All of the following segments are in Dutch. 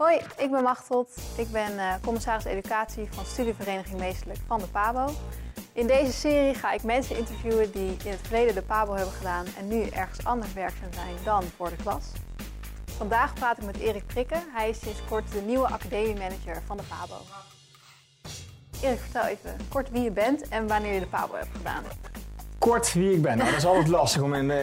Hoi, ik ben Machteld. Ik ben commissaris educatie van studievereniging Meesterlijk van de PABO. In deze serie ga ik mensen interviewen die in het verleden de PABO hebben gedaan en nu ergens anders werkzaam zijn dan voor de klas. Vandaag praat ik met Erik Prikken. Hij is sinds kort de nieuwe academiemanager van de PABO. Erik, vertel even kort wie je bent en wanneer je de PABO hebt gedaan. Kort wie ik ben. Nou, dat is altijd lastig.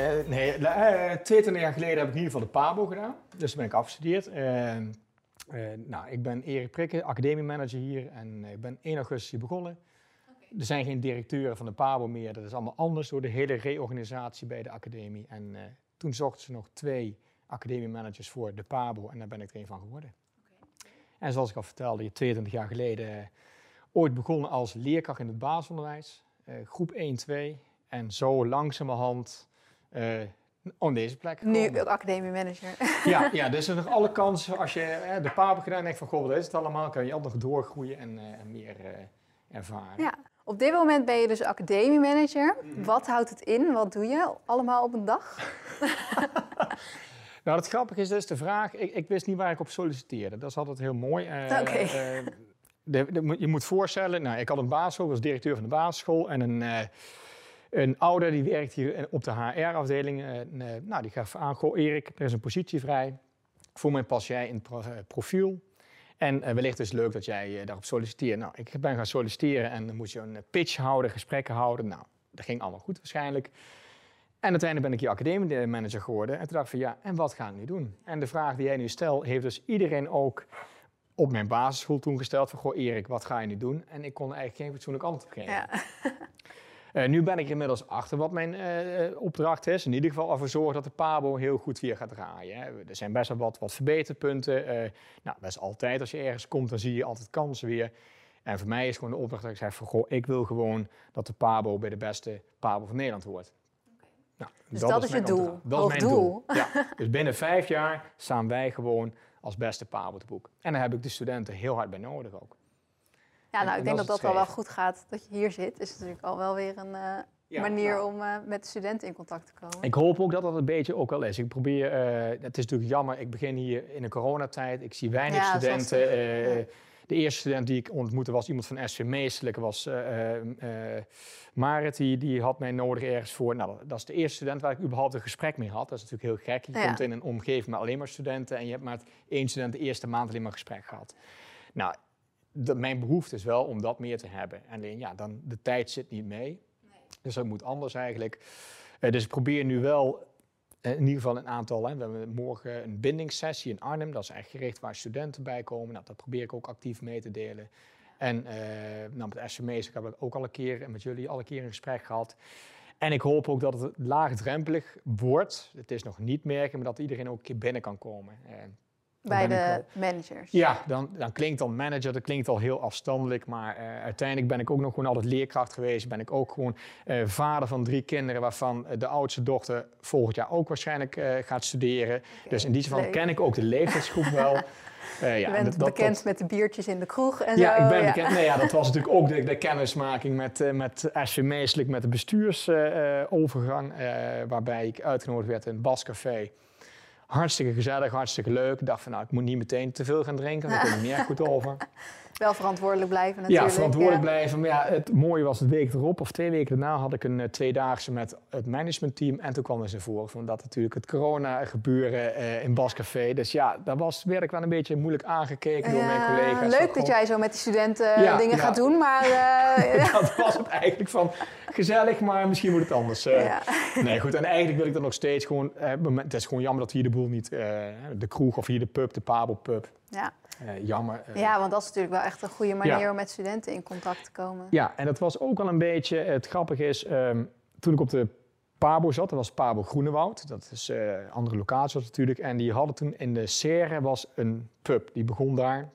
22 jaar geleden heb ik in ieder geval de PABO gedaan. Dus toen ben ik afgestudeerd. Ik ben Erik Prikken, academiemanager hier. En ik ben 1 augustus hier begonnen. Okay. Er zijn geen directeuren van de PABO meer. Dat is allemaal anders door de hele reorganisatie bij de academie. En toen zochten ze nog 2 academiemanagers voor de PABO. En daar ben ik er 1 van geworden. Okay. En zoals ik al vertelde, 22 jaar geleden ooit begonnen als leerkracht in het basisonderwijs. Groep 1-2. En zo langzamerhand op deze plek gekomen. Nu academiemanager. Ja, dus er nog alle kansen. Als je de PABO gedaan denkt van, goh, wat is het allemaal? Kan je altijd nog doorgroeien en meer ervaren. Ja, op dit moment ben je dus academiemanager. Wat houdt het in? Wat doe je allemaal op een dag? Nou, het grappige is dus de vraag. Ik wist niet waar ik op solliciteerde. Dat is altijd heel mooi. Je moet voorstellen, nou, ik had een basisschool, ik was directeur van de basisschool. En een ouder die werkt hier op de HR-afdeling. Die gaf aan, goh Erik, er is een positie vrij. Voor mij pas jij in het profiel. En wellicht is het leuk dat jij daarop solliciteert. Nou, ik ben gaan solliciteren en dan moest je een pitch houden, gesprekken houden. Nou, dat ging allemaal goed waarschijnlijk. En uiteindelijk ben ik hier academiemanager geworden. En toen dacht ik van ja, en wat ga ik nu doen? En de vraag die jij nu stelt, heeft dus iedereen ook op mijn basisschool toen gesteld van, goh Erik, wat ga je nu doen? En ik kon eigenlijk geen fatsoenlijk antwoord geven. Ja. Nu ben ik inmiddels achter wat mijn opdracht is. In ieder geval ervoor zorgen dat de PABO heel goed weer gaat draaien. Hè. Er zijn best wel wat verbeterpunten. Dat is altijd, als je ergens komt, dan zie je altijd kansen weer. En voor mij is gewoon de opdracht dat ik zeg van, goh, ik wil gewoon dat de PABO bij de beste PABO van Nederland hoort. Okay. Nou, dus dat is je doel? Dat is mijn doel. Ja. Dus binnen 5 jaar staan wij gewoon als beste PABO te boek. En daar heb ik de studenten heel hard bij nodig ook. Ja, nou, ik denk dat dat wel goed gaat dat je hier zit. Is natuurlijk al wel weer een manier om met de studenten in contact te komen. Ik hoop ook dat dat een beetje ook wel is. Ik probeer, het is natuurlijk jammer, ik begin hier in een coronatijd. Ik zie weinig studenten. De eerste student die ik ontmoette was iemand van SV Meesterlijk. Was Marit, die had mij nodig ergens voor. Nou, dat is de eerste student waar ik überhaupt een gesprek mee had. Dat is natuurlijk heel gek. Je komt in een omgeving met alleen maar studenten en je hebt maar 1 student de eerste maand alleen maar gesprek gehad. Nou, mijn behoefte is wel om dat meer te hebben. Alleen ja, dan de tijd zit niet mee. Nee. Dus dat moet anders eigenlijk. Dus ik probeer nu wel in ieder geval een aantal. We hebben morgen een bindingssessie in Arnhem. Dat is echt gericht waar studenten bij komen. Nou, dat probeer ik ook actief mee te delen. En met SME's heb ik ook al een keer en met jullie al een keer een gesprek gehad. En ik hoop ook dat het laagdrempelig wordt. Het is nog niet merken, maar dat iedereen ook een keer binnen kan komen. Bij de managers? Ja, dan klinkt dan manager, dat klinkt al heel afstandelijk. Maar uiteindelijk ben ik ook nog gewoon altijd leerkracht geweest. Ben ik ook gewoon vader van 3 kinderen, waarvan de oudste dochter volgend jaar ook waarschijnlijk gaat studeren. Okay, dus in die zin ken ik ook de leeftijdsgroep wel. Je bent bekend met de biertjes in de kroeg en ja, zo. Ik ben bekend. Nee, dat was natuurlijk ook de kennismaking met SV Meesterlijk, met de bestuursovergang. Waarbij ik uitgenodigd werd in het Bascafé. Hartstikke gezellig, hartstikke leuk. Ik dacht van, nou, ik moet niet meteen te veel gaan drinken, want daar kom ik niet echt goed over. Wel verantwoordelijk blijven natuurlijk. Ja, verantwoordelijk blijven. Maar ja, het mooie was, een week erop of 2 weken daarna had ik een 2-daagse met het managementteam. En toen kwam er naar voren van dat natuurlijk het corona gebeuren in Bascafé. Dus ja, daar werd ik wel een beetje moeilijk aangekeken door mijn collega's. Leuk dat jij zo met die studenten dingen gaat doen, maar... Dat was het eigenlijk van, gezellig, maar misschien moet het anders. Nee, goed. En eigenlijk wil ik dat nog steeds gewoon... het is gewoon jammer dat hier de boel niet... de kroeg of hier de pub, de Pabo-pub... Ja. Jammer. Ja, want dat is natuurlijk wel echt een goede manier om met studenten in contact te komen. Ja, en dat was ook al een beetje... Het grappige is, toen ik op de Pabo zat, dat was Pabo Groenewoud. Dat is een andere locatie natuurlijk. En die hadden toen in de Serre was een pub. Die begon daar.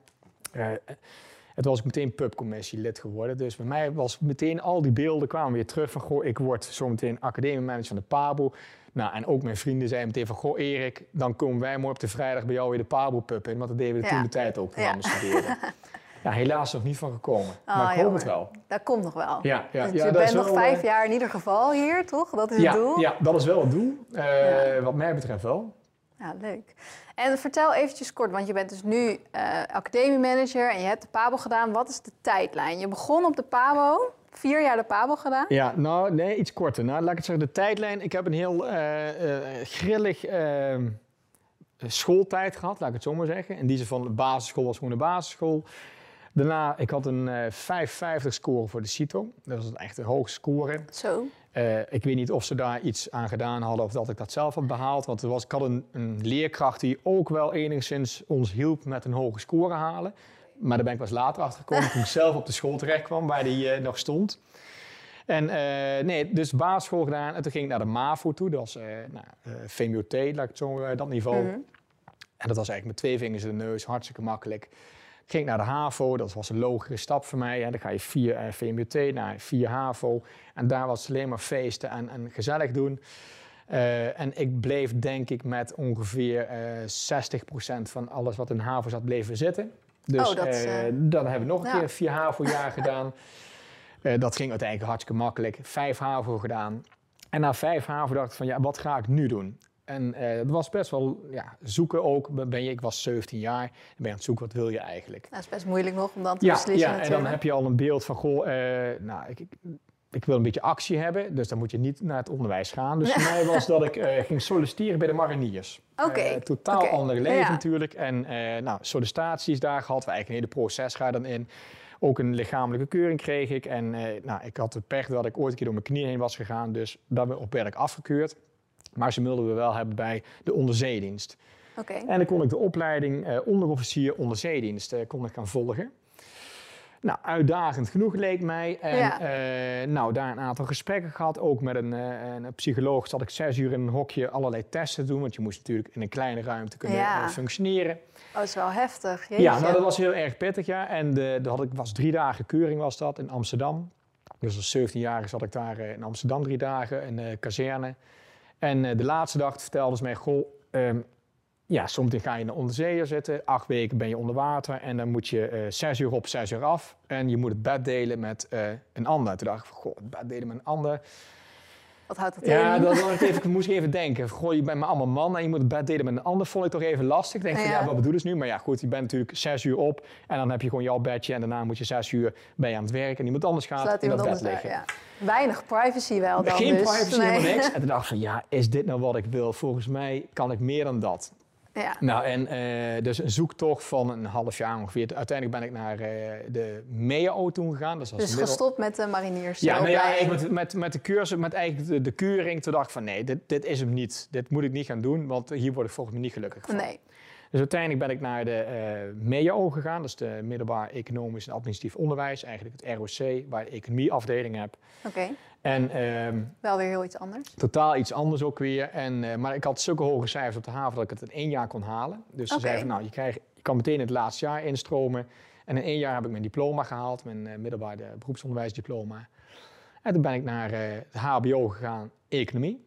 Het was meteen pubcommissielid geworden. Dus bij mij was meteen al die beelden kwamen weer terug van... Goh, ik word zometeen academiemanager van de Pabo. Nou, en ook mijn vrienden zeiden meteen van... Goh, Erik, dan komen wij morgen op de vrijdag bij jou weer de Pabo-pub in. Want dat deden we toen de tijd ook voor we studeren. Ja, helaas nog niet van gekomen. Maar ik hoop het wel. Dat komt nog wel. Ja, dus je bent nog 5 jaar in ieder geval hier, toch? Dat is het doel? Ja, dat is wel het doel. Wat mij betreft wel. Ja, leuk. En vertel eventjes kort, want je bent dus nu academiemanager en je hebt de PABO gedaan. Wat is de tijdlijn? Je begon op de PABO, 4 jaar de PABO gedaan. Ja, nou nee, iets korter. Nou, laat ik het zeggen, de tijdlijn. Ik heb een heel grillig schooltijd gehad, laat ik het zo maar zeggen. In die zin van de basisschool was gewoon de basisschool. Daarna, ik had een 5,50 score voor de CITO. Dat was echt een hoog score. Zo. Ik weet niet of ze daar iets aan gedaan hadden of dat ik dat zelf had behaald. Want ik had een leerkracht die ook wel enigszins ons hielp met een hoge score halen. Maar daar ben ik pas later achter gekomen toen ik zelf op de school terecht kwam waar die nog stond. En dus basisschool gedaan en toen ging ik naar de MAVO toe. Dat was VMBOT, laat ik het zo dat niveau. Mm-hmm. En dat was eigenlijk met 2 vingers in de neus, hartstikke makkelijk. Ik ging naar de HAVO, dat was een logische stap voor mij. Hè. Dan ga je 4 VMBOT naar 4 HAVO. En daar was het alleen maar feesten en gezellig doen. En ik bleef denk ik met ongeveer 60% van alles wat in HAVO zat bleven zitten. Dus dan hebben we nog een keer 4 HAVO-jaar gedaan. Dat ging uiteindelijk hartstikke makkelijk. 5 HAVO gedaan. En na 5 HAVO dacht ik van ja, wat ga ik nu doen? En het was best wel zoeken ook. Ik was 17 jaar. Dan ben je aan het zoeken, wat wil je eigenlijk? Dat is best moeilijk nog om dan te beslissen natuurlijk. En dan heb je al een beeld van, ik wil een beetje actie hebben. Dus dan moet je niet naar het onderwijs gaan. Dus voor mij was dat ik ging solliciteren bij de mariniers. Totaal ander leven natuurlijk. En sollicitaties daar gehad. Eigenlijk een hele proces ga je dan in. Ook een lichamelijke keuring kreeg ik. En ik had het pech dat ik ooit een keer door mijn knie heen was gegaan. Dus daarop werd ik afgekeurd. Maar ze wilden we wel hebben bij de onderzeedienst. En dan kon ik de opleiding onderofficier onderzeedienst kon ik gaan volgen. Nou, uitdagend genoeg leek mij. En daar een aantal gesprekken gehad. Ook met een psycholoog zat ik 6 uur in een hokje allerlei testen te doen. Want je moest natuurlijk in een kleine ruimte kunnen functioneren. Oh, dat is wel heftig. Jeetje. Ja, dat was heel erg pittig. Ja. En was 3 dagen keuring was dat in Amsterdam. Dus als 17-jarige zat ik daar in Amsterdam 3 dagen in de kazerne. En de laatste dag vertelden ze mij, soms ga je in de onderzeeër zitten, 8 weken ben je onder water en dan moet je 6 uur op, 6 uur af. En je moet het bed delen met een ander. Toen dacht ik, het bed delen met een ander. Wat houdt dat in? Ja, moest ik even denken. Je bent maar allemaal man en je moet het bed delen met een ander. Vond ik toch even lastig. Ik denk wat bedoelen ze nu? Maar ja, goed, je bent natuurlijk 6 uur op en dan heb je gewoon jouw bedje en daarna moet je 6 uur aan het werk en iemand anders gaat in dat bed liggen. Ja. Weinig privacy wel dan. Geen privacy, helemaal niks. En toen dacht ik van, is dit nou wat ik wil? Volgens mij kan ik meer dan dat. Ja. Nou, en dus een zoektocht van een half jaar ongeveer. Uiteindelijk ben ik naar de MEAO toen gegaan. Dus gestopt met de mariniers? Ja, met de cursus, met eigenlijk de keuring. Toen dacht ik van nee, dit is hem niet. Dit moet ik niet gaan doen, want hier word ik volgens mij niet gelukkig van. Nee. Dus uiteindelijk ben ik naar de MEAO gegaan. Dat is de Middelbaar Economisch en Administratief Onderwijs. Eigenlijk het ROC, waar ik de economieafdeling heb. En, wel weer heel iets anders. Totaal iets anders ook weer. Maar ik had zulke hoge cijfers op de haven dat ik het in 1 jaar kon halen. Dus ze zeiden van, je kan meteen het laatste jaar instromen. En in 1 jaar heb ik mijn diploma gehaald, mijn middelbaar beroepsonderwijsdiploma. En toen ben ik naar het HBO gegaan, economie.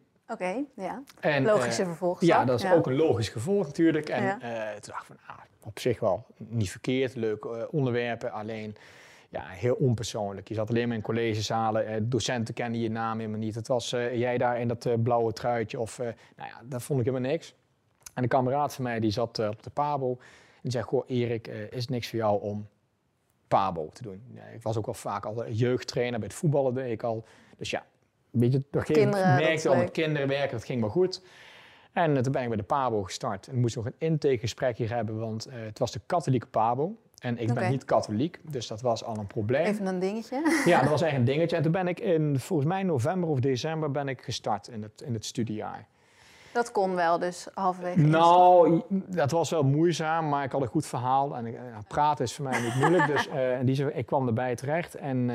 Logische vervolg. Ja, dat is ook een logisch gevolg natuurlijk. En toen dacht ik van, op zich wel niet verkeerd, leuke onderwerpen, alleen... Ja, heel onpersoonlijk. Je zat alleen maar in collegezalen. Docenten kenden je naam helemaal niet. Het was jij daar in dat blauwe truitje. Dat vond ik helemaal niks. En een kameraad van mij die zat op de PABO. En die zei, Erik, is het niks voor jou om PABO te doen? Ja, ik was ook wel vaak al jeugdtrainer. Bij het voetballen deed ik al. Dus ja, een beetje merkte al met kinderen werken. Dat ging wel goed. En toen ben ik bij de PABO gestart. En moest nog een intakegesprek hier hebben. Want het was de katholieke PABO. En ik ben niet katholiek, dus dat was al een probleem. Even een dingetje. Ja, dat was echt een dingetje. En toen ben ik volgens mij november of december ben ik gestart in het studiejaar. Dat kon wel, dus halverwege. Nou, dat was wel moeizaam, maar ik had een goed verhaal. En praten is voor mij niet moeilijk, dus ik kwam erbij terecht. En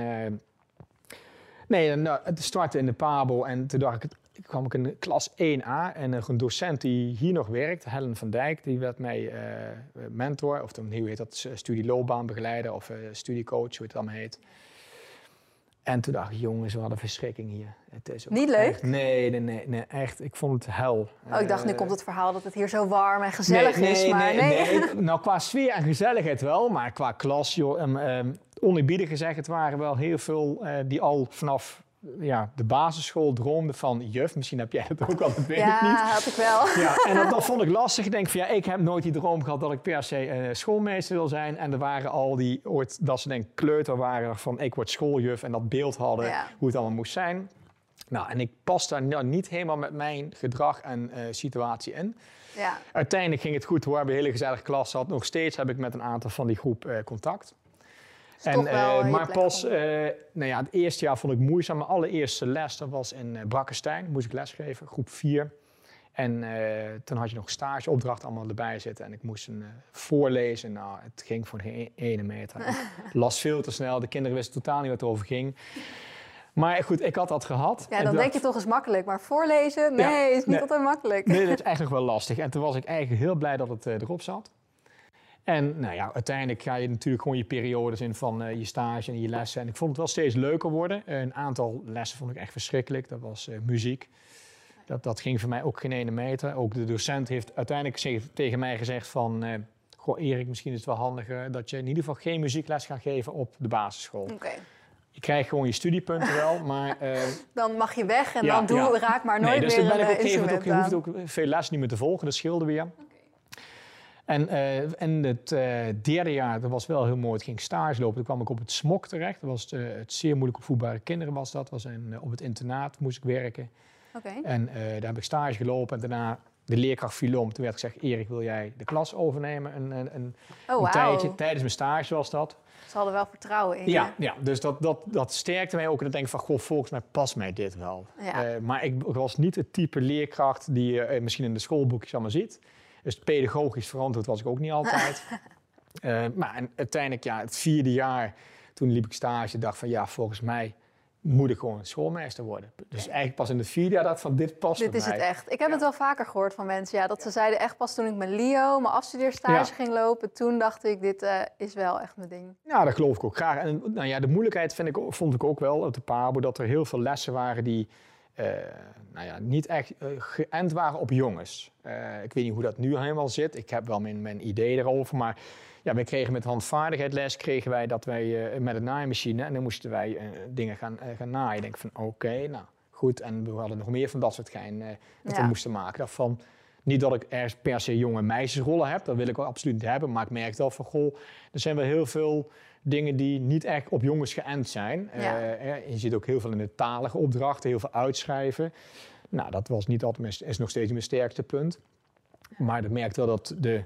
het startte in de PABO en toen dacht ik... kwam ik in klas 1A en een docent die hier nog werkt, Helen van Dijk, die werd mij mentor, of hoe heet dat, studieloopbaanbegeleider of studiecoach, hoe het allemaal heet. En toen dacht ik, jongens, we hadden verschrikking hier. Het is niet leuk? Echt, nee, echt. Ik vond het hel. Ik dacht, nu komt het verhaal dat het hier zo warm en gezellig is. Maar nee. Nou, qua sfeer en gezelligheid wel, maar qua klas, oneerbiedig gezegd, het waren wel heel veel die al vanaf de basisschool droomde van juf. Misschien heb jij dat ook al, dat weet ik niet. Ja, had ik wel. Ja, en dat vond ik lastig. Ik denk van ik heb nooit die droom gehad dat ik per se schoolmeester wil zijn. En er waren al die ooit, dat ze denk kleuter waren van ik word schooljuf. En dat beeld hadden hoe het allemaal moest zijn. Nou, en ik pas daar niet helemaal met mijn gedrag en situatie in. Ja. Uiteindelijk ging het goed hoor, we hebben een hele gezellige klas gehad. Nog steeds heb ik met een aantal van die groep contact. Maar pas, het eerste jaar vond ik moeizaam. Mijn allereerste les, dat was in Brakkestein, moest ik lesgeven, groep 4. En toen had je nog stageopdrachten allemaal erbij zitten. En ik moest een voorlezen. Nou, het ging voor geen ene meter. Ik las veel te snel, de kinderen wisten totaal niet wat erover ging. Maar goed, ik had dat gehad. Ja, dan denk je toch eens makkelijk. Maar voorlezen, is niet altijd makkelijk. Nee, dat is eigenlijk wel lastig. En toen was ik eigenlijk heel blij dat het erop zat. En uiteindelijk ga je natuurlijk gewoon je periodes in van je stage en je lessen. En ik vond het wel steeds leuker worden. Een aantal lessen vond ik echt verschrikkelijk. Dat was muziek. Dat ging voor mij ook geen ene meter. Ook de docent heeft uiteindelijk tegen mij gezegd van... Erik, misschien is het wel handiger dat je in ieder geval geen muziekles gaat geven op de basisschool. Okay. Je krijgt gewoon je studiepunten wel, maar... dan mag je weg en raak maar nooit dus meer ben ik een op een gegeven moment instrument je hoeft ook veel les niet meer te volgen, dat scheelde weer. En het derde jaar, dat was wel heel mooi, het ging stage lopen. Toen kwam ik op het SMOK terecht, dat was het zeer moeilijk opvoedbare kinderen was dat. Op het internaat moest ik werken. En daar heb ik stage gelopen en daarna... De leerkracht viel om. Toen werd gezegd, Erik, wil jij de klas overnemen? Een tijdje. Tijdens mijn stage was dat. Ze hadden wel vertrouwen in je. Ja, dus dat sterkte mij ook. En dan denk ik van, volgens mij past mij dit wel. Ja. Maar ik was niet het type leerkracht die je misschien in de schoolboekjes allemaal ziet. Dus pedagogisch verantwoord was ik ook niet altijd. Maar uiteindelijk, het 4e jaar, toen liep ik stage. Dacht van, volgens mij... moet ik gewoon schoolmeester worden. Dus eigenlijk pas in het 4e jaar dat van dit past dit is mij. Het echt. Ik heb het wel vaker gehoord van mensen. Dat ze zeiden echt pas toen ik mijn LIO, mijn afstudeerstage ging lopen. Toen dacht ik, dit is wel echt mijn ding. Ja, dat geloof ik ook graag. En de moeilijkheid vond ik ook wel op de PABO. Dat er heel veel lessen waren die niet echt geënt waren op jongens. Ik weet niet hoe dat nu helemaal zit. Ik heb wel mijn idee erover, maar... Ja, wij kregen met handvaardigheidles dat wij met een naaimachine en dan moesten wij dingen gaan naaien. Ik denk van oké, nou goed. En we hadden nog meer van dat soort gein dat we moesten maken. Niet dat ik er per se jonge meisjesrollen heb, dat wil ik wel absoluut niet hebben. Maar ik merk wel van er zijn wel heel veel dingen die niet echt op jongens geënt zijn. Ja. Je ziet ook heel veel in de talige opdrachten, heel veel uitschrijven. Nou, dat was niet altijd, is nog steeds mijn sterkste punt. Maar ik merk wel dat de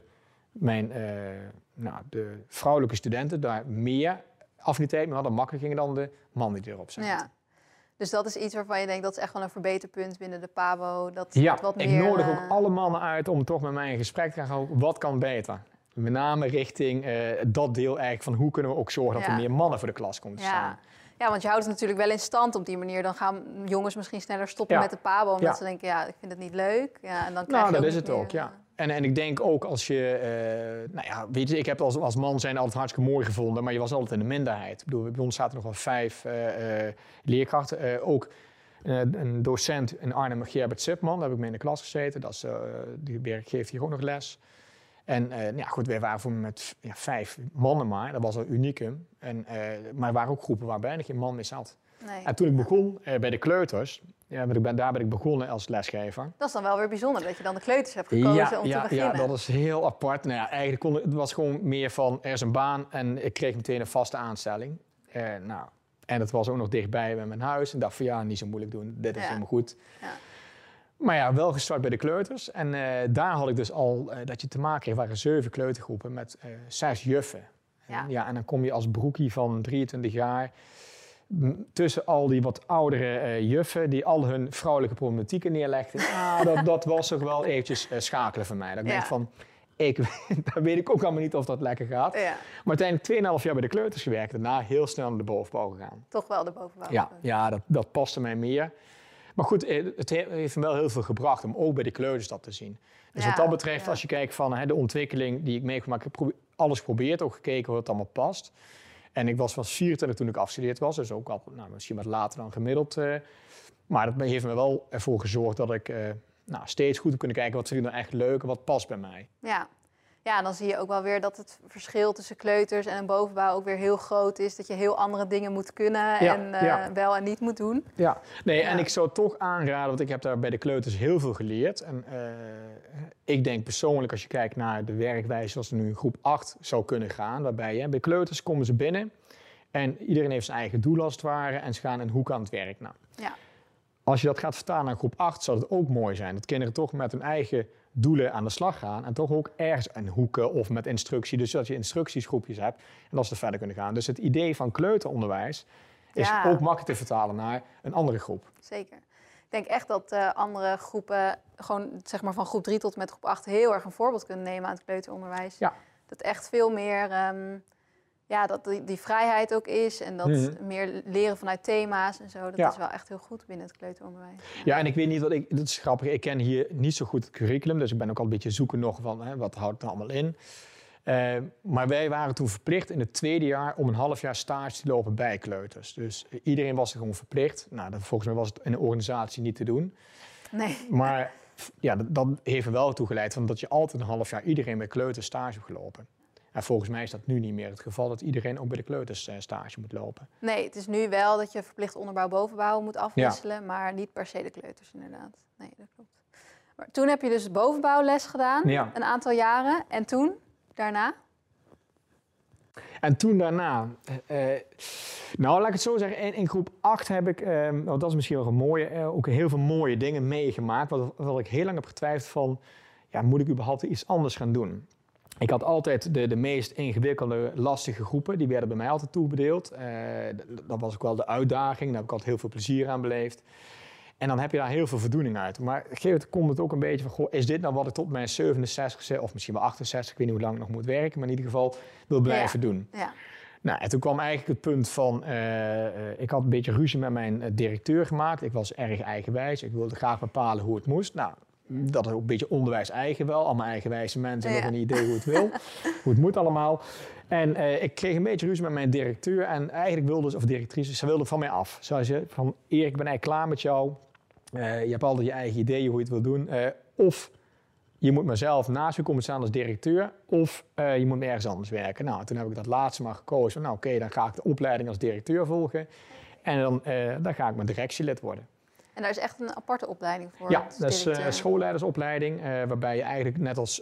vrouwelijke studenten daar meer affiniteit mee hadden, makkelijker gingen dan de mannen die erop zijn. Ja. Dus dat is iets waarvan je denkt, dat is echt wel een verbeterpunt binnen de PABO. Ik nodig ook alle mannen uit om toch met mij in gesprek te gaan. Wat kan beter? Met name richting dat deel eigenlijk van hoe kunnen we ook zorgen dat er meer mannen voor de klas komen te staan. Ja, want je houdt het natuurlijk wel in stand op die manier. Dan gaan jongens misschien sneller stoppen met de PABO, omdat ze denken, ik vind het niet leuk. Ja, en dan krijg je dat is het ook, En ik denk ook als je... weet je, ik heb als man zijn altijd hartstikke mooi gevonden, maar je was altijd in de minderheid. Ik bedoel, bij ons zaten nog wel 5 leerkrachten. Ook een docent in Arnhem, Gerbert Sipman, daar heb ik mee in de klas gezeten. Die geeft hier ook nog les. En wij waren voor met 5 mannen maar. Dat was een unicum. Maar er waren ook groepen waar bijna geen man mee zat. Nee. En toen ik begon bij de kleuters, daar ben ik begonnen als lesgever. Dat is dan wel weer bijzonder dat je dan de kleuters hebt gekozen om te beginnen. Ja, dat is heel apart. Eigenlijk het was gewoon meer van, er is een baan en ik kreeg meteen een vaste aanstelling. En dat was ook nog dichtbij bij mijn huis. En ik dacht van niet zo moeilijk doen, dit is helemaal goed. Ja. Maar wel gestart bij de kleuters. En daar had ik dus al dat je te maken kreeg, waren 7 kleutergroepen met 6 juffen. Ja. En dan kom je als broekie van 23 jaar tussen al die wat oudere juffen die al hun vrouwelijke problematieken neerlegden. Dat was toch wel eventjes schakelen voor mij. Dat ik denk van, daar weet ik ook allemaal niet of dat lekker gaat. Ja. Maar uiteindelijk 2,5 jaar bij de kleuters gewerkt. Daarna heel snel naar de bovenbouw gegaan. Toch wel de bovenbouw. Ja, dat paste mij meer. Maar goed, het heeft me wel heel veel gebracht om ook bij de kleuters dat te zien. Dus wat dat betreft, als je kijkt van de ontwikkeling die ik meegemaakt heb, alles geprobeerd, ook gekeken hoe het allemaal past. En ik was 24 toen ik afgestudeerd was, dus ook al misschien wat later dan gemiddeld. Maar dat heeft me wel ervoor gezorgd dat ik steeds goed heb kunnen kijken wat vind ik nou echt leuk en wat past bij mij. Ja. Ja, dan zie je ook wel weer dat het verschil tussen kleuters en een bovenbouw ook weer heel groot is. Dat je heel andere dingen moet kunnen wel en niet moet doen. Ja, nee, en ik zou toch aanraden, want ik heb daar bij de kleuters heel veel geleerd. En ik denk persoonlijk, als je kijkt naar de werkwijze zoals er nu in groep 8 zou kunnen gaan, waarbij bij kleuters komen ze binnen en iedereen heeft zijn eigen doel als het ware en ze gaan een hoek aan het werk. Nou, als je dat gaat vertalen naar groep 8, zou het ook mooi zijn dat kinderen toch met hun eigen doelen aan de slag gaan en toch ook ergens een hoeken of met instructie, dus dat je instructiesgroepjes hebt en dat ze er verder kunnen gaan. Dus het idee van kleuteronderwijs is ook makkelijk te vertalen naar een andere groep. Zeker. Ik denk echt dat andere groepen, gewoon zeg maar van groep 3 tot met groep 8, heel erg een voorbeeld kunnen nemen aan het kleuteronderwijs. Ja. Dat echt veel meer, dat die vrijheid ook is en dat meer leren vanuit thema's en zo. Dat is wel echt heel goed binnen het kleuteronderwijs. Ja, en ik weet niet dat is grappig, ik ken hier niet zo goed het curriculum, dus ik ben ook al een beetje zoeken nog van wat houdt het nou allemaal in. Maar wij waren toen verplicht in het tweede jaar om een half jaar stage te lopen bij kleuters. Dus iedereen was er gewoon verplicht. Nou, volgens mij was het in een organisatie niet te doen. Nee. Maar dat heeft er wel toe geleid dat je altijd een half jaar iedereen bij kleuters stage hebt gelopen. En volgens mij is dat nu niet meer het geval dat iedereen ook bij de kleuters stage moet lopen. Nee, het is nu wel dat je verplicht onderbouw-bovenbouw moet afwisselen, maar niet per se de kleuters inderdaad. Nee, dat klopt. Maar toen heb je dus bovenbouwles gedaan, een aantal jaren. En toen? Daarna? En toen daarna, laat ik het zo zeggen, in groep 8 heb ik, dat is misschien wel een mooie, ook heel veel mooie dingen meegemaakt. Wat ik heel lang heb getwijfeld van, moet ik überhaupt iets anders gaan doen? Ik had altijd de meest ingewikkelde, lastige groepen, die werden bij mij altijd toebedeeld. Dat was ook wel de uitdaging, daar heb ik altijd heel veel plezier aan beleefd. En dan heb je daar heel veel voldoening uit. Maar op een gegeven moment komt het ook een beetje van, is dit nou wat ik tot mijn 67, of misschien wel 68, ik weet niet hoe lang ik nog moet werken, maar in ieder geval wil blijven doen. Ja. Nou, en toen kwam eigenlijk het punt van, ik had een beetje ruzie met mijn directeur gemaakt. Ik was erg eigenwijs, ik wilde graag bepalen hoe het moest. Nou, dat is ook een beetje onderwijs eigen wel. Allemaal eigenwijze mensen hebben een idee hoe het wil. Hoe het moet allemaal. En ik kreeg een beetje ruzie met mijn directeur. En eigenlijk wilde ze, of directrice, ze wilde van mij af. Zei ze van, Erik, ik ben eigenlijk klaar met jou. Je hebt altijd je eigen ideeën hoe je het wil doen. Of je moet mezelf naast je komen staan als directeur. Of je moet ergens anders werken. Nou, toen heb ik dat laatste maar gekozen. Van, nou oké, dan ga ik de opleiding als directeur volgen. En dan ga ik mijn directielid worden. En daar is echt een aparte opleiding voor? Ja, dat is een schoolleidersopleiding, waarbij je eigenlijk net als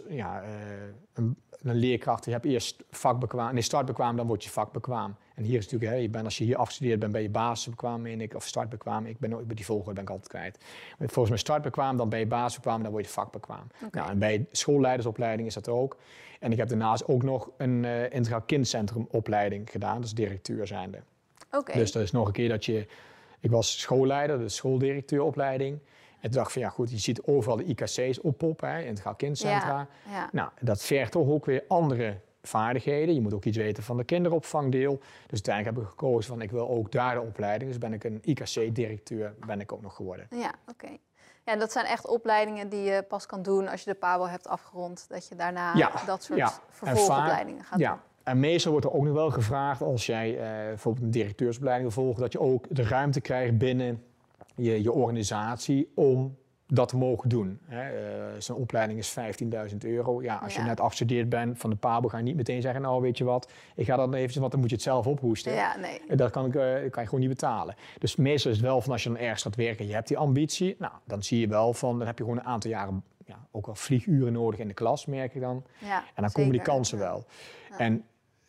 een leerkracht, je hebt eerst vakbekwaam, startbekwaam, dan word je vakbekwaam. En hier is natuurlijk, als je hier afgestudeerd bent, ben je basisbekwaam, meen ik, of startbekwaam. Ik ben die volgorde ben ik altijd kwijt. Maar volgens mij startbekwaam, dan ben je basisbekwaam, dan word je vakbekwaam. Okay. Nou, en bij schoolleidersopleiding is dat ook. En ik heb daarnaast ook nog een integraal kindcentrum opleiding gedaan, dus directeur zijnde. Okay. Dus dat is nog een keer dat je... Ik was schoolleider, de schooldirecteuropleiding. En toen dacht ik van goed, je ziet overal de IKC's oppoppen, integraal kindcentra. Ja. Nou, dat vergt toch ook weer andere vaardigheden. Je moet ook iets weten van de kinderopvangdeel. Dus uiteindelijk heb ik gekozen van ik wil ook daar de opleiding. Dus ben ik een IKC-directeur ook nog geworden. Ja, oké. Ja, dat zijn echt opleidingen die je pas kan doen als je de PABO hebt afgerond. Dat je daarna dat soort vervolgopleidingen gaat doen. En meestal wordt er ook nog wel gevraagd als jij bijvoorbeeld een directeursopleiding wil volgen, dat je ook de ruimte krijgt binnen je organisatie om dat te mogen doen. Zo'n opleiding is €15.000. Ja, als je net afgestudeerd bent van de PABO, ga je niet meteen zeggen, nou weet je wat, ik ga dan eventjes, want dan moet je het zelf ophoesten. Ja, nee. Dat kan je gewoon niet betalen. Dus meestal is het wel van als je dan ergens gaat werken, je hebt die ambitie, nou, dan zie je wel van, dan heb je gewoon een aantal jaren ook wel vlieguren nodig in de klas, merk ik dan. Ja, en dan komen die kansen wel. Ja. En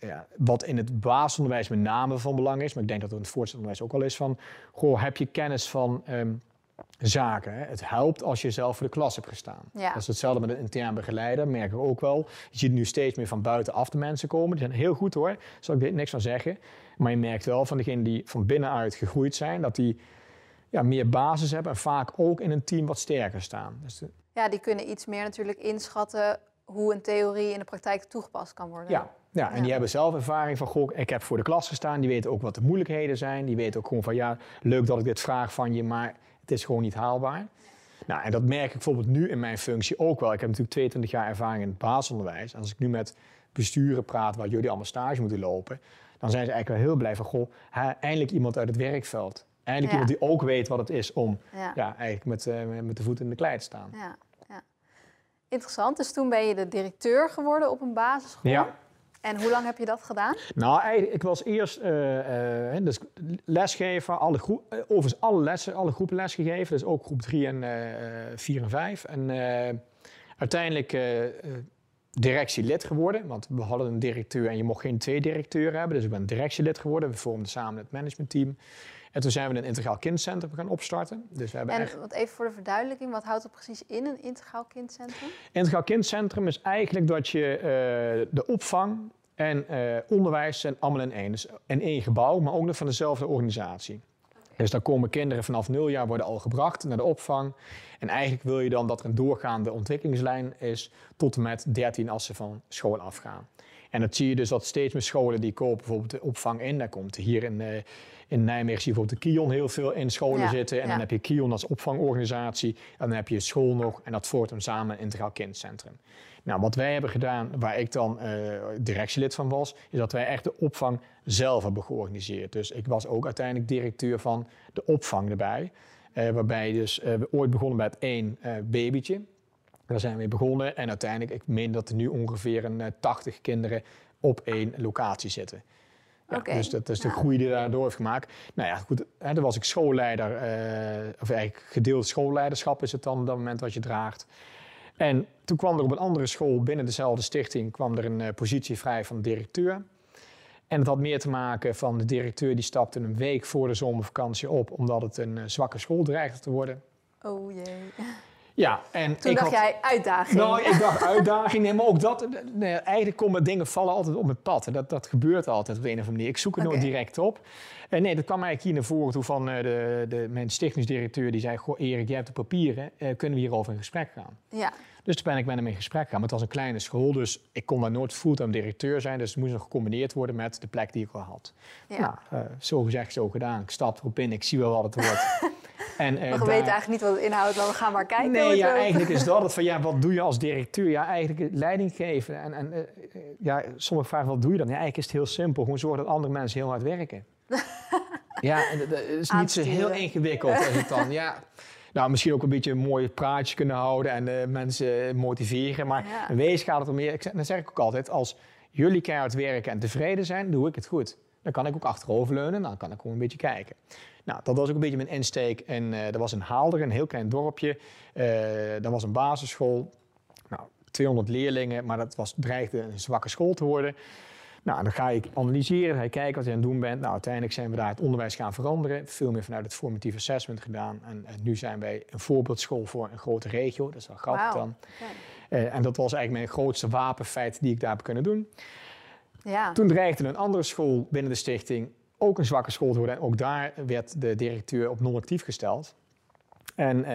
wat in het basisonderwijs met name van belang is, maar ik denk dat het in het voortgezet onderwijs ook wel is van, heb je kennis van zaken. Hè? Het helpt als je zelf voor de klas hebt gestaan. Ja. Dat is hetzelfde met een intern begeleider, merken we ook wel. Je ziet nu steeds meer van buitenaf de mensen komen. Die zijn heel goed hoor, daar zal ik niks van zeggen. Maar je merkt wel van degenen die van binnenuit gegroeid zijn, dat die meer basis hebben en vaak ook in een team wat sterker staan. Dus ja, die kunnen iets meer natuurlijk inschatten hoe een theorie in de praktijk toegepast kan worden. Ja, en die hebben zelf ervaring van, ik heb voor de klas gestaan. Die weten ook wat de moeilijkheden zijn. Die weten ook gewoon van, leuk dat ik dit vraag van je, maar het is gewoon niet haalbaar. Nou, en dat merk ik bijvoorbeeld nu in mijn functie ook wel. Ik heb natuurlijk 22 jaar ervaring in het basisonderwijs. En als ik nu met besturen praat waar jullie allemaal stage moeten lopen, dan zijn ze eigenlijk wel heel blij van, eindelijk iemand uit het werkveld. Eindelijk iemand die ook weet wat het is om eigenlijk met de voeten in de klei te staan. Ja. Interessant. Dus toen ben je de directeur geworden op een basisschool. Ja. En hoe lang heb je dat gedaan? Nou, eigenlijk, ik was eerst dus lesgever, overigens alle groepen lesgegeven, dus ook groep 3 en 4 en 5. En uiteindelijk directielid geworden, want we hadden een directeur en je mocht geen 2 directeuren hebben. Dus ik ben directielid geworden, we vormden samen het managementteam. En toen zijn we een integraal kindcentrum gaan opstarten. Dus we hebben wat even voor de verduidelijking, wat houdt het precies in, een integraal kindcentrum? Integraal kindcentrum is eigenlijk dat je de opvang en onderwijs zijn allemaal in één. Dus in één gebouw, maar ook nog van dezelfde organisatie. Okay. Dus daar komen kinderen vanaf 0 jaar worden al gebracht naar de opvang. En eigenlijk wil je dan dat er een doorgaande ontwikkelingslijn is tot en met 13 als ze van school afgaan. En dat zie je dus dat steeds meer scholen die kopen bijvoorbeeld de opvang in. Daar komt hier in Nijmegen zie je bijvoorbeeld de KION heel veel in scholen zitten. En dan heb je KION als opvangorganisatie. En dan heb je school nog en dat vormt hem samen een integraal kindcentrum. Nou, wat wij hebben gedaan, waar ik dan directielid van was, is dat wij echt de opvang zelf hebben georganiseerd. Dus ik was ook uiteindelijk directeur van de opvang erbij. Waarbij dus we ooit begonnen met 1 babytje. Daar zijn we mee begonnen en uiteindelijk, ik meen dat er nu ongeveer 80 kinderen op 1 locatie zitten. Ja, okay. Dus dat is de groei die daardoor heeft gemaakt. Nou ja, goed, dan was ik schoolleider, of eigenlijk gedeeld schoolleiderschap is het dan op dat moment wat je draagt. En toen kwam er op een andere school binnen dezelfde stichting kwam er een positie vrij van de directeur. En het had meer te maken van de directeur die stapte een week voor de zomervakantie op, omdat het een zwakke school dreigde te worden. Oh jee. Ja, en toen dacht jij uitdaging. Nou, ik dacht uitdaging. Nee, maar ook dat. Nee, eigenlijk komen dingen vallen altijd op mijn pad. Dat gebeurt altijd op een of andere manier. Ik zoek het nooit direct op. Nee, dat kwam eigenlijk hier naar voren toe van mijn stichtingsdirecteur. Die zei, goh Erik, jij hebt de papieren. Kunnen we hierover in gesprek gaan? Ja. Dus toen ben ik met hem in gesprek gegaan. Maar het was een kleine school, dus ik kon daar nooit fulltime directeur zijn. Dus het moest nog gecombineerd worden met de plek die ik al had. Ja. Nou, zo gezegd, zo gedaan. Ik stap erop in, ik zie wel wat het wordt. En, maar we weten eigenlijk niet wat het inhoudt, maar we gaan maar kijken. Nee, ja, eigenlijk is dat het van, ja, wat doe je als directeur? Ja, eigenlijk leiding geven. En sommigen vragen, wat doe je dan? Ja, eigenlijk is het heel simpel. Gewoon zorgen dat andere mensen heel hard werken. Ja, en dat is niet zo heel ingewikkeld als het dan, ja. Nou, misschien ook een beetje een mooi praatje kunnen houden en mensen motiveren. Maar in wezen gaat het om meer, dan zeg ik ook altijd, als jullie keihard werken en tevreden zijn, doe ik het goed. Dan kan ik ook achteroverleunen, dan kan ik gewoon een beetje kijken. Nou, dat was ook een beetje mijn insteek. En er was in Haalderen, een heel klein dorpje. Dat was een basisschool. Nou, 200 leerlingen, maar dat dreigde een zwakke school te worden. Nou, dan ga ik analyseren, ga je kijken wat je aan het doen bent. Nou, uiteindelijk zijn we daar het onderwijs gaan veranderen. Veel meer vanuit het formatief assessment gedaan. En nu zijn wij een voorbeeldschool voor een grote regio. Dat is wel grappig dan. Okay. En dat was eigenlijk mijn grootste wapenfeit die ik daar heb kunnen doen. Ja. Toen dreigde een andere school binnen de stichting ook een zwakke school te worden. En ook daar werd de directeur op non-actief gesteld. En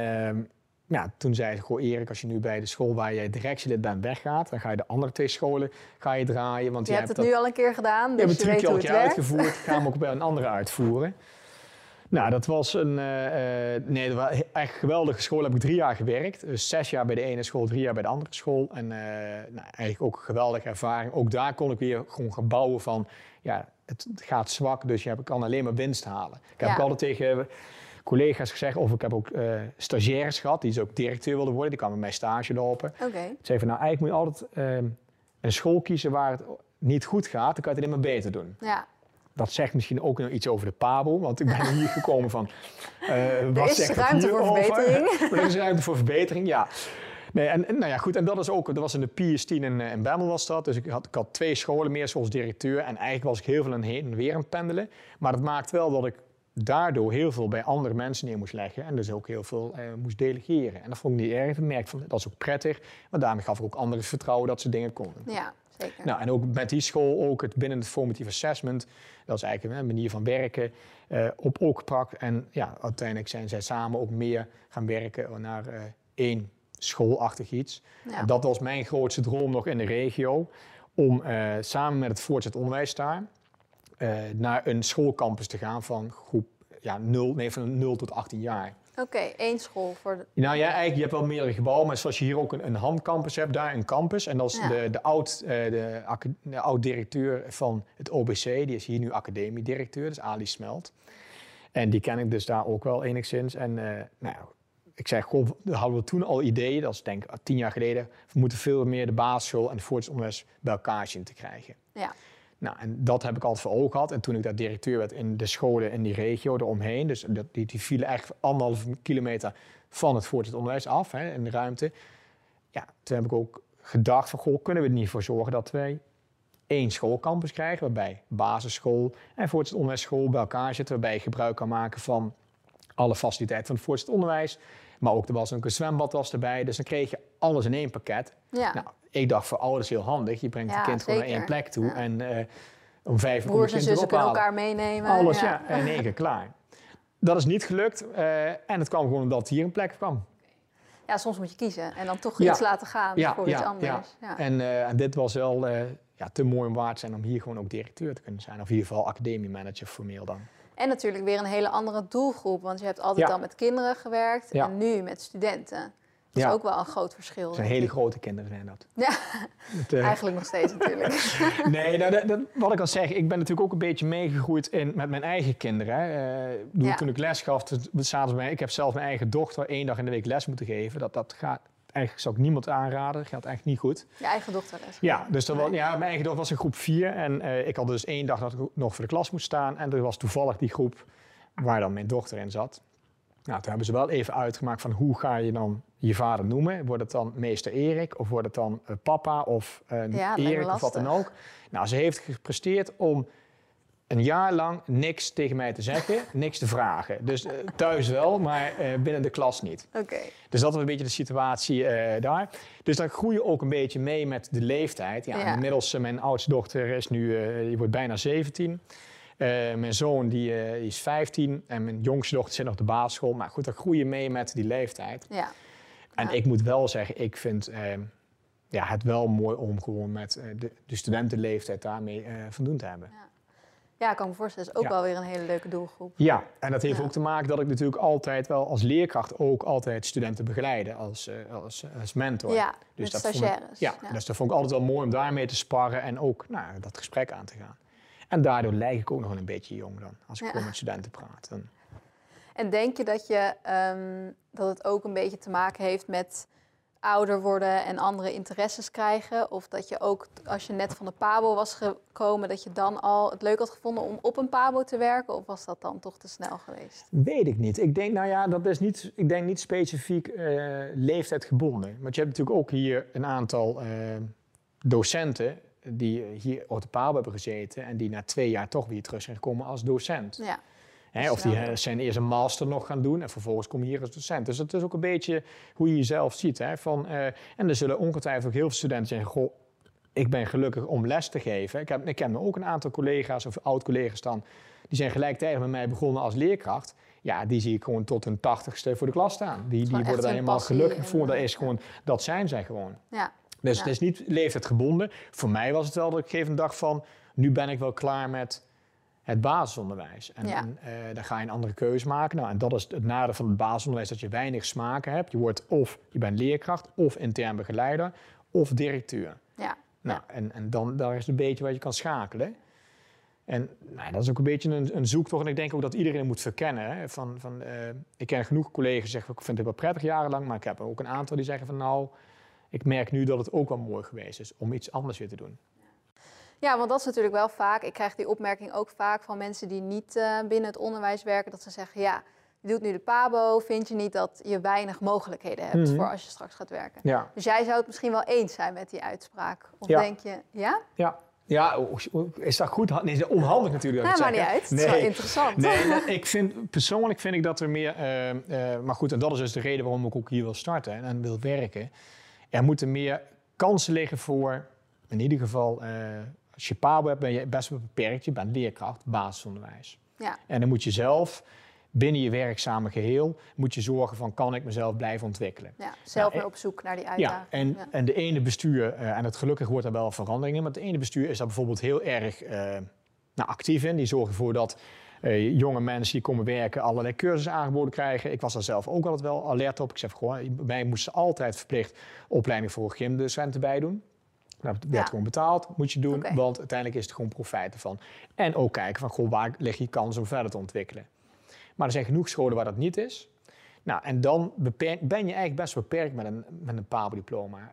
toen zei hij, goh Erik, als je nu bij de school waar jij directielid bent weggaat, dan ga je de andere 2 scholen draaien. Want je hebt het nu al een keer gedaan, dus je weet hoe het werkt. Uitgevoerd, ga hem ook bij een andere uitvoeren. Nou, dat was dat was echt een geweldige school. Daar heb ik 3 jaar gewerkt. Dus 6 jaar bij de ene school, 3 jaar bij de andere school. En eigenlijk ook een geweldige ervaring. Ook daar kon ik weer gewoon gaan bouwen van, ja, het gaat zwak, dus je kan alleen maar winst halen. Ik heb ook altijd tegen collega's gezegd, of ik heb ook stagiaires gehad, die dus ook directeur wilden worden. Die kwamen met mij stage lopen. Okay. Ik zei van, nou eigenlijk moet je altijd een school kiezen waar het niet goed gaat, dan kan je het alleen maar beter doen. Ja. Dat zegt misschien ook nog iets over de PABO, want ik ben hier gekomen van, wat zegt dat ruimte voor verbetering. Maar er is ruimte voor verbetering, ja. Nee, en nou ja, goed, en dat is ook, dat was in de Piers 10 in Bemmel was dat. Dus ik had 2 scholen meer zoals directeur en eigenlijk was ik heel veel heen en weer aan het pendelen. Maar dat maakt wel dat ik daardoor heel veel bij andere mensen neer moest leggen en dus ook heel veel moest delegeren. En dat vond ik niet erg, ik merkte van, dat is ook prettig, maar daarmee gaf ik ook anderen vertrouwen dat ze dingen konden. Ja, zeker. Nou, en ook met die school, ook binnen het formatief assessment, dat is eigenlijk een manier van werken, opgepakt. En ja, uiteindelijk zijn zij samen ook meer gaan werken naar 1 schoolachtig iets. Ja. En dat was mijn grootste droom nog in de regio, om samen met het voortgezet onderwijs daar naar een schoolcampus te gaan van van 0 tot 18 jaar. Oké, 1 school voor de... Nou ja, eigenlijk, je hebt wel meerdere gebouwen, maar zoals je hier ook een handcampus hebt, daar een campus. En dat is de oud-directeur van het OBC, die is hier nu academiedirecteur, dat is Ali Smelt. En die ken ik dus daar ook wel enigszins. En ik zeg, goh, hadden we toen al ideeën, dat is denk ik 10 jaar geleden, we moeten veel meer de basisschool en het voortgezet onderwijs bij elkaar zien te krijgen. Ja. Nou, en dat heb ik altijd voor ogen gehad. En toen ik daar directeur werd in de scholen in die regio eromheen, dus die vielen eigenlijk 1,5 kilometer van het voortgezet onderwijs af, hè, in de ruimte. Ja, toen heb ik ook gedacht van, goh, kunnen we er niet voor zorgen dat wij 1 schoolcampus krijgen, waarbij basisschool en voortgezet onderwijsschool bij elkaar zitten, waarbij je gebruik kan maken van alle faciliteiten van het voortgezet onderwijs. Maar ook er was ook een zwembad was erbij, dus dan kreeg je alles in 1 pakket. Ja. Nou, ik dacht voor ouders heel handig, je brengt je kind gewoon naar 1 plek toe en om 5 uur broers en zussen kunnen elkaar meenemen. Alles, ja, in 1 keer klaar. Dat is niet gelukt en het kwam gewoon omdat hier een plek kwam. Ja, soms moet je kiezen en dan toch iets laten gaan voor iets anders. Ja. En dit was wel te mooi om waar te zijn om hier gewoon ook directeur te kunnen zijn. Of in ieder geval academiemanager formeel dan. En natuurlijk weer een hele andere doelgroep, want je hebt altijd al met kinderen gewerkt en nu met studenten. Dat is ook wel een groot verschil. Dat zijn hele grote kinderen zijn dat. Ja, eigenlijk nog steeds natuurlijk. Nee, wat ik al zeg, ik ben natuurlijk ook een beetje meegegroeid met mijn eigen kinderen. Toen ik les gaf, ik heb zelf mijn eigen dochter 1 dag in de week les moeten geven. Dat gaat, eigenlijk zou ik niemand aanraden, dat gaat eigenlijk niet goed. Je eigen dochter les? Ja, dus mijn eigen dochter was in groep 4 en ik had dus 1 dag dat ik nog voor de klas moest staan. En er was toevallig die groep waar dan mijn dochter in zat. Nou, toen hebben ze wel even uitgemaakt van hoe ga je dan je vader noemen? Wordt het dan meester Erik of wordt het dan papa of Erik of wat dan ook? Nou, ze heeft gepresteerd om een jaar lang niks tegen mij te zeggen, niks te vragen. Dus thuis wel, maar binnen de klas niet. Okay. Dus dat was een beetje de situatie daar. Dus dan groei je ook een beetje mee met de leeftijd. Ja, inmiddels, mijn oudste dochter is nu, die wordt bijna 17. Mijn zoon die is 15 en mijn jongste dochter zit nog op de basisschool. Maar goed, dan groei je mee met die leeftijd. Ja. En ik moet wel zeggen, ik vind het wel mooi om gewoon met de studentenleeftijd daarmee van doen te hebben. Ja, ik kan me voorstellen, dat is ook wel weer een hele leuke doelgroep. Ja, en dat heeft ook te maken dat ik natuurlijk altijd wel als leerkracht ook altijd studenten begeleide als mentor. Ja, dus met stagiaires. Dus dat vond ik altijd wel mooi om daarmee te sparren en ook dat gesprek aan te gaan. En daardoor lijk ik ook nog wel een beetje jong dan, als ik gewoon met studenten praat. Dan. En denk je dat het ook een beetje te maken heeft met ouder worden en andere interesses krijgen? Of dat je ook, als je net van de PABO was gekomen, dat je dan al het leuk had gevonden om op een PABO te werken? Of was dat dan toch te snel geweest? Weet ik niet. Ik denk, dat is niet, ik denk niet specifiek leeftijdgebonden. Want je hebt natuurlijk ook hier een aantal docenten die hier op de PABO hebben gezeten en die na 2 jaar toch weer terug zijn gekomen als docent. Ja. Of die zijn eerst een master nog gaan doen en vervolgens kom je hier als docent. Dus het is ook een beetje hoe je jezelf ziet. Hè? En er zullen ongetwijfeld ook heel veel studenten zeggen, goh, ik ben gelukkig om les te geven. Ik ken ook een aantal collega's of oud-collega's dan, die zijn gelijktijdig met mij begonnen als leerkracht. Ja, die zie ik gewoon tot hun 80ste voor de klas staan. Die worden daar helemaal gelukkig voor. Dat zijn zij gewoon. Ja. Dus het is niet leeftijdgebonden. Voor mij was het wel dat ik een dag van, nu ben ik wel klaar met het basisonderwijs. En dan ga je een andere keuze maken. Nou, en dat is het nadeel van het basisonderwijs, dat je weinig smaken hebt. Je bent leerkracht, of intern begeleider, of directeur. Ja. Nou, en dan daar is het een beetje wat je kan schakelen. En dat is ook een beetje een zoektocht. En ik denk ook dat iedereen moet verkennen. Hè? Ik ken genoeg collega's die zeggen, ik vind het wel prettig jarenlang. Maar ik heb er ook een aantal die zeggen van ik merk nu dat het ook wel mooi geweest is om iets anders weer te doen. Ja, want dat is natuurlijk wel vaak. Ik krijg die opmerking ook vaak van mensen die niet binnen het onderwijs werken. Dat ze zeggen, je doet nu de PABO. Vind je niet dat je weinig mogelijkheden hebt voor als je straks gaat werken? Ja. Dus jij zou het misschien wel eens zijn met die uitspraak. Of denk je, ja? Ja, is dat goed? Nee, dat is onhandig natuurlijk. Dat maakt niet uit. Het is wel interessant. Nee, persoonlijk vind ik dat er meer... maar goed, en dat is dus de reden waarom ik ook hier wil starten en wil werken. Er moeten meer kansen liggen voor, in ieder geval... als je PABO hebt, ben je best wel beperkt. Je bent leerkracht, basisonderwijs. Ja. En dan moet je zelf, binnen je werkzame geheel, moet je zorgen van, kan ik mezelf blijven ontwikkelen? Ja, zelf weer op zoek naar die uitdaging. Ja, en de ene bestuur, en het gelukkig wordt er wel veranderingen, maar het ene bestuur is daar bijvoorbeeld heel erg actief in. Die zorgen ervoor dat jonge mensen die komen werken allerlei cursussen aangeboden krijgen. Ik was daar zelf ook altijd wel alert op. Ik zeg, wij moesten altijd verplicht opleiding voor gymdocenten bij doen. Nou, dat werd gewoon betaald, moet je doen, want uiteindelijk is het gewoon profijt ervan. En ook kijken van, waar ligt je kans om verder te ontwikkelen. Maar er zijn genoeg scholen waar dat niet is. Nou, en dan ben je eigenlijk best beperkt met een PABO-diploma.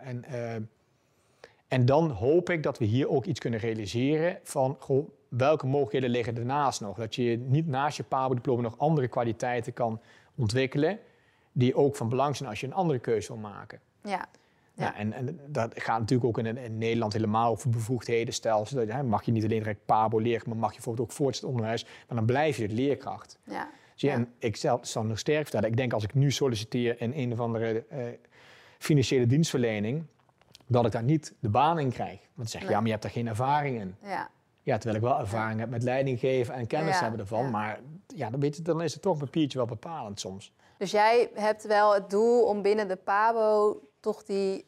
En dan hoop ik dat we hier ook iets kunnen realiseren van welke mogelijkheden liggen ernaast nog. Dat je niet naast je PABO-diploma nog andere kwaliteiten kan ontwikkelen die ook van belang zijn als je een andere keuze wil maken. Ja. Ja. En dat gaat natuurlijk ook in Nederland helemaal over bevoegdhedenstelsel. Mag je niet alleen direct PABO leren, maar mag je bijvoorbeeld ook voortgezet onderwijs. Maar dan blijf je leerkracht. Ja. Zie je, en ik zal nog sterk vertellen. Ik denk als ik nu solliciteer in een of andere financiële dienstverlening, dat ik daar niet de baan in krijg. Want ze zeggen, ja, maar je hebt daar geen ervaring in. Ja. Ja, terwijl ik wel ervaring heb met leiding geven en kennis hebben ervan. Ja. Maar ja, dan is het toch een papiertje wel bepalend soms. Dus jij hebt wel het doel om binnen de PABO toch die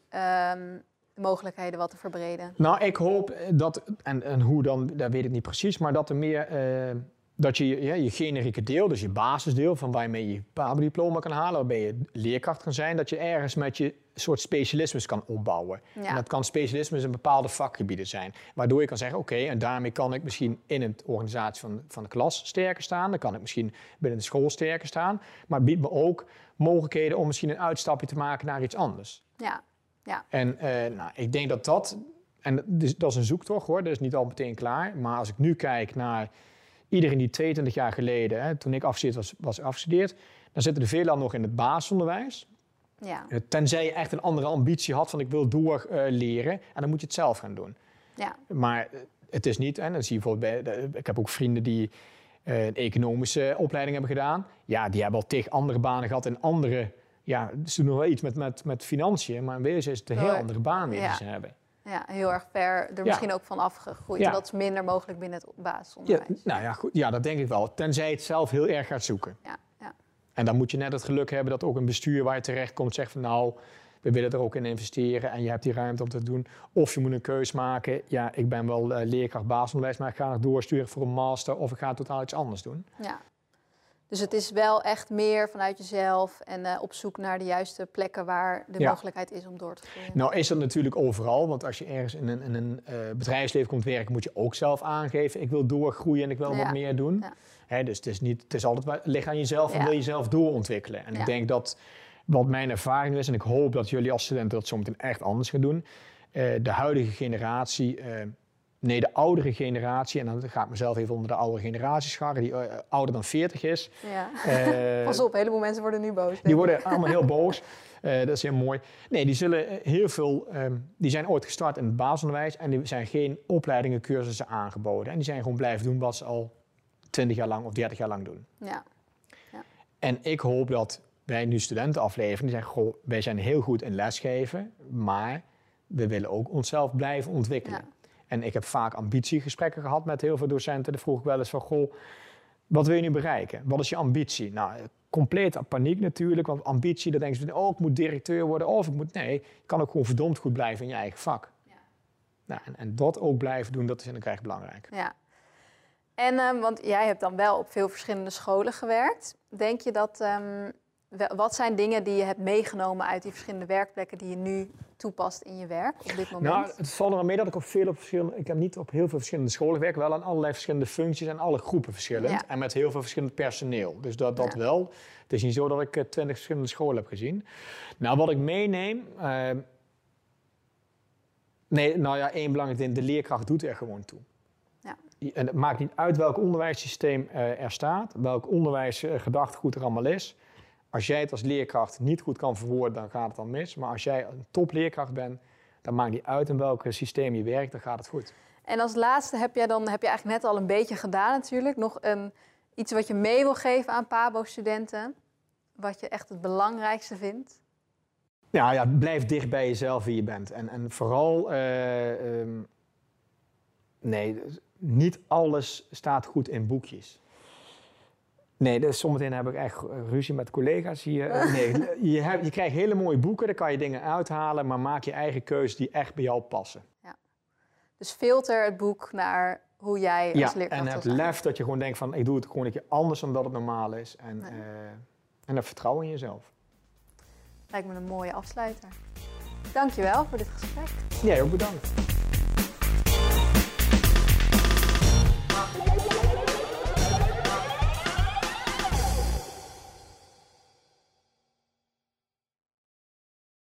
mogelijkheden wat te verbreden? Nou, ik hoop dat, en hoe dan, dat weet ik niet precies, maar dat er meer, dat je generieke deel, dus je basisdeel van waar je mee je PABO-diploma kan halen, waarbij je leerkracht kan zijn, dat je ergens met je soort specialismes kan opbouwen. Ja. En dat kan specialismes in bepaalde vakgebieden zijn. Waardoor je kan zeggen, oké, en daarmee kan ik misschien in de organisatie van de klas sterker staan. Dan kan ik misschien binnen de school sterker staan. Maar het biedt me ook mogelijkheden om misschien een uitstapje te maken naar iets anders. Ja. Ja. En ik denk dat en dat is een zoektocht hoor, dat is niet al meteen klaar. Maar als ik nu kijk naar iedereen die 22 jaar geleden, toen ik was afgestudeerd, dan zitten er veelal nog in het basisonderwijs. Ja. Tenzij je echt een andere ambitie had van ik wil doorleren en dan moet je het zelf gaan doen. Ja. Maar het is niet, en dan zie je bijvoorbeeld ik heb ook vrienden die een economische opleiding hebben gedaan. Ja, die hebben al tegen andere banen gehad en andere, ja, ze doen wel iets met financiën, maar in wezen is het een heel andere baan die ze hebben. Ja, heel erg ver er misschien ook van afgegroeid. En dat is minder mogelijk binnen het basisonderwijs. Ja, nou ja, goed, ja, dat denk ik wel. Tenzij je het zelf heel erg gaat zoeken. Ja. En dan moet je net het geluk hebben dat ook een bestuur waar je terecht komt zegt van nou, we willen er ook in investeren en je hebt die ruimte om te doen. Of je moet een keus maken, ja, ik ben wel leerkracht basisonderwijs, maar ik ga nog doorsturen voor een master of ik ga totaal iets anders doen. Ja. Dus het is wel echt meer vanuit jezelf en op zoek naar de juiste plekken waar de mogelijkheid is om door te groeien. Nou is dat natuurlijk overal, want als je ergens in een bedrijfsleven komt werken, moet je ook zelf aangeven, ik wil doorgroeien en ik wil wat meer doen. Ja. Dus het is altijd ligt aan jezelf en wil je jezelf doorontwikkelen. En ik denk dat wat mijn ervaring is, en ik hoop dat jullie als studenten dat zometeen echt anders gaan doen, de huidige generatie, de oudere generatie, en dan ga ik mezelf even onder de oudere generatie scharen, die ouder dan 40 is. Ja. Pas op, een heleboel mensen worden nu boos. Die worden allemaal heel boos. Dat is heel mooi. Nee, die zullen heel veel, die zijn ooit gestart in het basisonderwijs en die zijn geen opleidingen, cursussen aangeboden. En die zijn gewoon blijven doen wat ze al 20 jaar lang of 30 jaar lang doen. Ja. En ik hoop dat wij nu studenten afleveren die zeggen, goh, wij zijn heel goed in lesgeven, maar we willen ook onszelf blijven ontwikkelen. Ja. En ik heb vaak ambitiegesprekken gehad met heel veel docenten. Dan vroeg ik wel eens van, goh, wat wil je nu bereiken? Wat is je ambitie? Nou, compleet paniek natuurlijk, want ambitie, dan denken ze, oh, ik moet directeur worden, of ik moet, nee, je kan ook gewoon verdomd goed blijven in je eigen vak. Ja. Nou, en dat ook blijven doen, dat is inderdaad erg belangrijk. Ja. En, want jij hebt dan wel op veel verschillende scholen gewerkt. Denk je dat, wat zijn dingen die je hebt meegenomen uit die verschillende werkplekken die je nu toepast in je werk op dit moment? Nou, het valt er wel mee dat ik heb niet op heel veel verschillende scholen gewerkt, wel aan allerlei verschillende functies en alle groepen verschillend. En met heel veel verschillend personeel. Dus dat wel. Het is niet zo dat ik 20 verschillende scholen heb gezien. Nou, wat ik meeneem, één belangrijk ding, de leerkracht doet er gewoon toe. Ja. En het maakt niet uit welk onderwijssysteem er staat, welk onderwijsgedachtegoed er allemaal is. Als jij het als leerkracht niet goed kan verwoorden, dan gaat het dan mis. Maar als jij een topleerkracht bent, dan maakt niet uit in welk systeem je werkt, dan gaat het goed. En als laatste heb je eigenlijk net al een beetje gedaan natuurlijk. Nog iets wat je mee wil geven aan PABO-studenten, wat je echt het belangrijkste vindt? Ja, blijf dicht bij jezelf wie je bent. En vooral, niet alles staat goed in boekjes. Nee, dus zometeen heb ik echt ruzie met collega's hier. Je krijgt hele mooie boeken, daar kan je dingen uithalen, maar maak je eigen keuzes die echt bij jou passen. Ja. Dus filter het boek naar hoe jij als leerkracht wil zijn. En heb lef dat je gewoon denkt van, ik doe het gewoon een keer anders dan dat het normaal is. En heb vertrouwen in jezelf. Lijkt me een mooie afsluiter. Dankjewel voor dit gesprek. Jij ook bedankt.